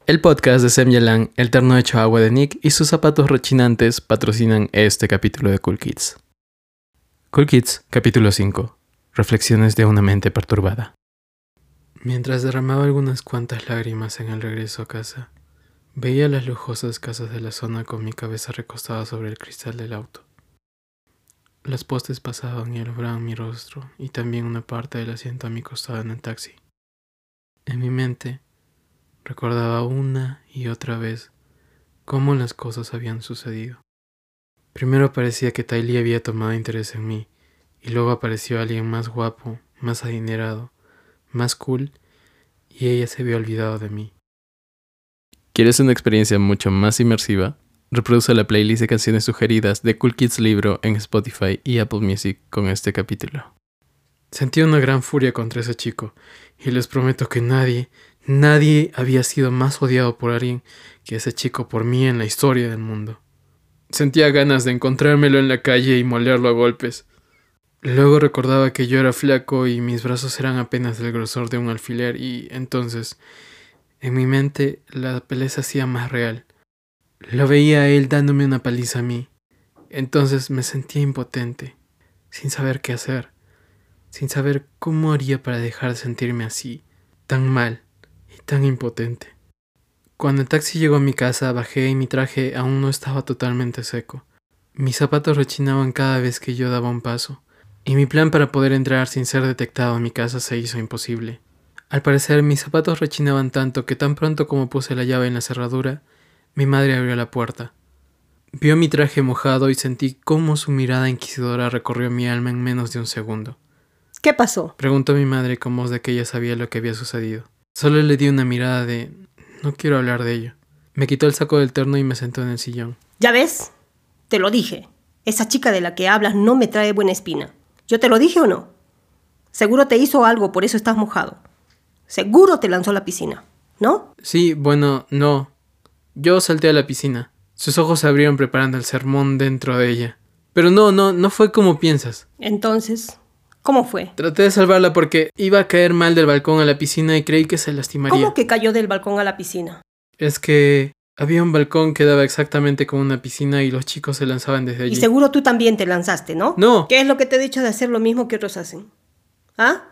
El podcast de Sem Yalan, el terno hecho agua de Nick y sus zapatos rechinantes patrocinan este capítulo de Cool Kids. Cool Kids, capítulo 5. Reflexiones de una mente perturbada. Mientras derramaba algunas cuantas lágrimas en el regreso a casa, veía las lujosas casas de la zona con mi cabeza recostada sobre el cristal del auto. Los postes pasaban y alumbraban mi rostro y también una parte del asiento a mi costado en el taxi. En mi mente, recordaba una y otra vez cómo las cosas habían sucedido. Primero parecía que Tylee había tomado interés en mí, y luego apareció alguien más guapo, más adinerado, más cool, y ella se había olvidado de mí. ¿Quieres una experiencia mucho más inmersiva? Reproduce la playlist de canciones sugeridas de Cool Kids Libro en Spotify y Apple Music con este capítulo. Sentí una gran furia contra ese chico, y les prometo que nadie había sido más odiado por alguien que ese chico por mí en la historia del mundo. Sentía ganas de encontrármelo en la calle y molerlo a golpes. Luego recordaba que yo era flaco y mis brazos eran apenas del grosor de un alfiler y entonces, en mi mente, la pelea se hacía más real. Lo veía a él dándome una paliza a mí. Entonces me sentía impotente, sin saber qué hacer, sin saber cómo haría para dejar de sentirme así, tan mal y tan impotente. Cuando el taxi llegó a mi casa, bajé y mi traje aún no estaba totalmente seco. Mis zapatos rechinaban cada vez que yo daba un paso, y mi plan para poder entrar sin ser detectado en mi casa se hizo imposible. Al parecer, mis zapatos rechinaban tanto que tan pronto como puse la llave en la cerradura, mi madre abrió la puerta. Vio mi traje mojado y sentí cómo su mirada inquisidora recorrió mi alma en menos de un segundo. ¿Qué pasó? Preguntó mi madre con voz de que ella sabía lo que había sucedido. Solo le di una mirada de... no quiero hablar de ello. Me quitó el saco del terno y me sentó en el sillón. ¿Ya ves? Te lo dije. Esa chica de la que hablas no me trae buena espina. ¿Yo te lo dije o no? Seguro te hizo algo, por eso estás mojado. Seguro te lanzó a la piscina, ¿no? Sí, bueno, no. Yo salté a la piscina. Sus ojos se abrieron preparando el sermón dentro de ella. Pero no fue como piensas. Entonces, ¿cómo fue? Traté de salvarla porque iba a caer mal del balcón a la piscina y creí que se lastimaría. ¿Cómo que cayó del balcón a la piscina? Es que había un balcón que daba exactamente como una piscina y los chicos se lanzaban desde allí. Y seguro tú también te lanzaste, ¿no? No. ¿Qué es lo que te he dicho de hacer lo mismo que otros hacen? ¿Ah?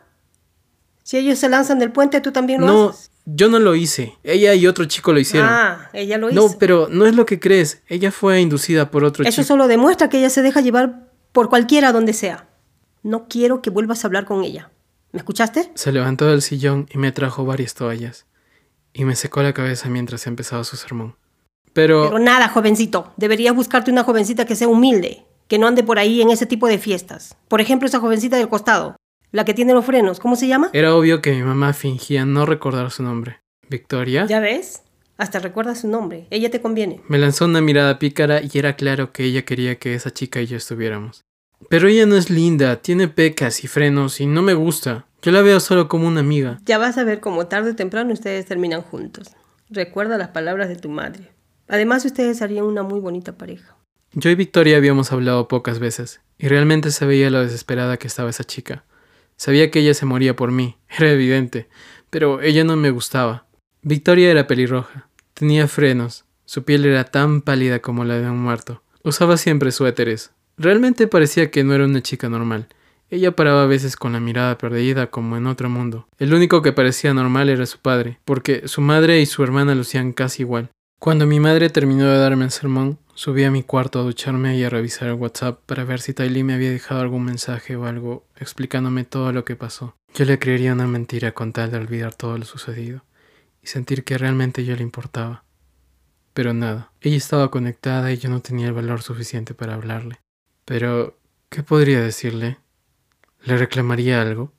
Si ellos se lanzan del puente, ¿tú también lo haces? No, yo no lo hice. Ella y otro chico lo hicieron. Ah, ella lo hizo. No, pero no es lo que crees. Ella fue inducida por otro chico. Eso solo demuestra que ella se deja llevar por cualquiera donde sea. No quiero que vuelvas a hablar con ella. ¿Me escuchaste? Se levantó del sillón y me trajo varias toallas. Y me secó la cabeza mientras empezaba su sermón. Pero nada, jovencito. Deberías buscarte una jovencita que sea humilde, que no ande por ahí en ese tipo de fiestas. Por ejemplo, esa jovencita del costado, la que tiene los frenos. ¿Cómo se llama? era obvio que mi mamá fingía no recordar su nombre. ¿Victoria? ¿Ya ves? Hasta recuerda su nombre. Ella te conviene. Me lanzó una mirada pícara y era claro que ella quería que esa chica y yo estuviéramos. Pero ella no es linda, tiene pecas y frenos y no me gusta. Yo la veo solo como una amiga. Ya vas a ver cómo tarde o temprano ustedes terminan juntos. Recuerda las palabras de tu madre. Además, ustedes harían una muy bonita pareja. Yo y Victoria habíamos hablado pocas veces, y realmente se veía lo desesperada que estaba esa chica. Sabía que ella se moría por mí, era evidente, pero ella no me gustaba. Victoria era pelirroja, tenía frenos, su piel era tan pálida como la de un muerto. Usaba siempre suéteres. Realmente parecía que no era una chica normal. Ella paraba a veces con la mirada perdida como en otro mundo. El único que parecía normal era su padre, porque su madre y su hermana lucían casi igual. Cuando mi madre terminó de darme el sermón, subí a mi cuarto a ducharme y a revisar el WhatsApp para ver si Tylee me había dejado algún mensaje o algo explicándome todo lo que pasó. Yo le creería una mentira con tal de olvidar todo lo sucedido y sentir que realmente yo le importaba. Pero nada, ella estaba conectada y yo no tenía el valor suficiente para hablarle. Pero, ¿qué podría decirle? ¿Le reclamaría algo?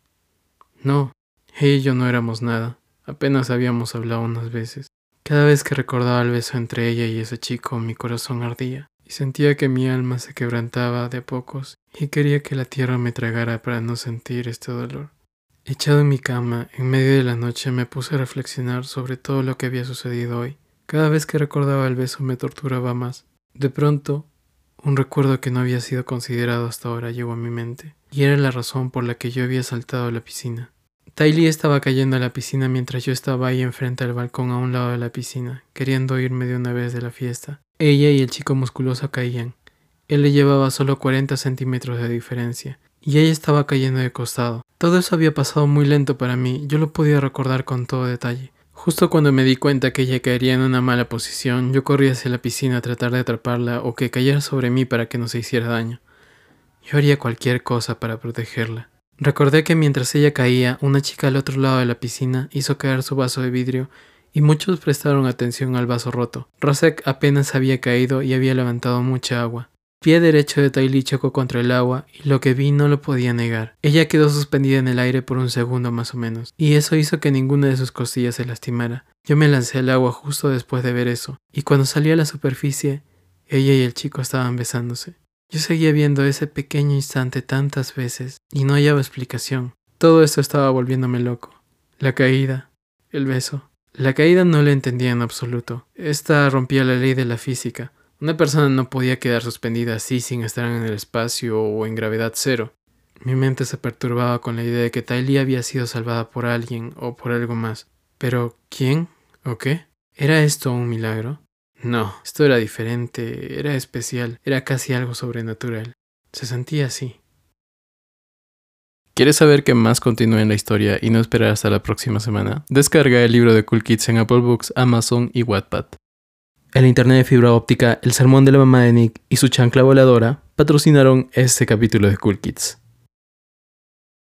No, ella y yo no éramos nada, apenas habíamos hablado unas veces. Cada vez que recordaba el beso entre ella y ese chico, mi corazón ardía y sentía que mi alma se quebrantaba de a pocos y quería que la tierra me tragara para no sentir este dolor. Echado en mi cama, en medio de la noche, me puse a reflexionar sobre todo lo que había sucedido hoy. Cada vez que recordaba el beso me torturaba más. De pronto, un recuerdo que no había sido considerado hasta ahora llegó a mi mente, y era la razón por la que yo había saltado a la piscina. Ty Lee estaba cayendo a la piscina mientras yo estaba ahí enfrente del balcón a un lado de la piscina, queriendo irme de una vez de la fiesta. Ella y el chico musculoso caían. Él le llevaba solo 40 centímetros de diferencia, y ella estaba cayendo de costado. Todo eso había pasado muy lento para mí, yo lo podía recordar con todo detalle. Justo cuando me di cuenta que ella caería en una mala posición, yo corrí hacia la piscina a tratar de atraparla o que cayera sobre mí para que no se hiciera daño. Yo haría cualquier cosa para protegerla. Recordé que mientras ella caía, una chica al otro lado de la piscina hizo caer su vaso de vidrio y muchos prestaron atención al vaso roto. Rosek apenas había caído y había levantado mucha agua. El pie derecho de Ty Lee chocó contra el agua y lo que vi no lo podía negar. Ella quedó suspendida en el aire por un segundo más o menos, y eso hizo que ninguna de sus costillas se lastimara. Yo me lancé al agua justo después de ver eso, y cuando salí a la superficie, ella y el chico estaban besándose. Yo seguía viendo ese pequeño instante tantas veces y no hallaba explicación. Todo esto estaba volviéndome loco. La caída, el beso. La caída no la entendía en absoluto. Esta rompía la ley de la física. Una persona no podía quedar suspendida así sin estar en el espacio o en gravedad cero. Mi mente se perturbaba con la idea de que Ty Lee había sido salvada por alguien o por algo más. Pero, ¿quién? ¿O qué? ¿Era esto un milagro? No, esto era diferente, era especial, era casi algo sobrenatural. Se sentía así. ¿Quieres saber qué más continúa en la historia y no esperar hasta la próxima semana? Descarga el libro de Cool Kids en Apple Books, Amazon y Wattpad. El internet de fibra óptica, el sermón de la mamá de Nick y su chancla voladora patrocinaron este capítulo de Cool Kids.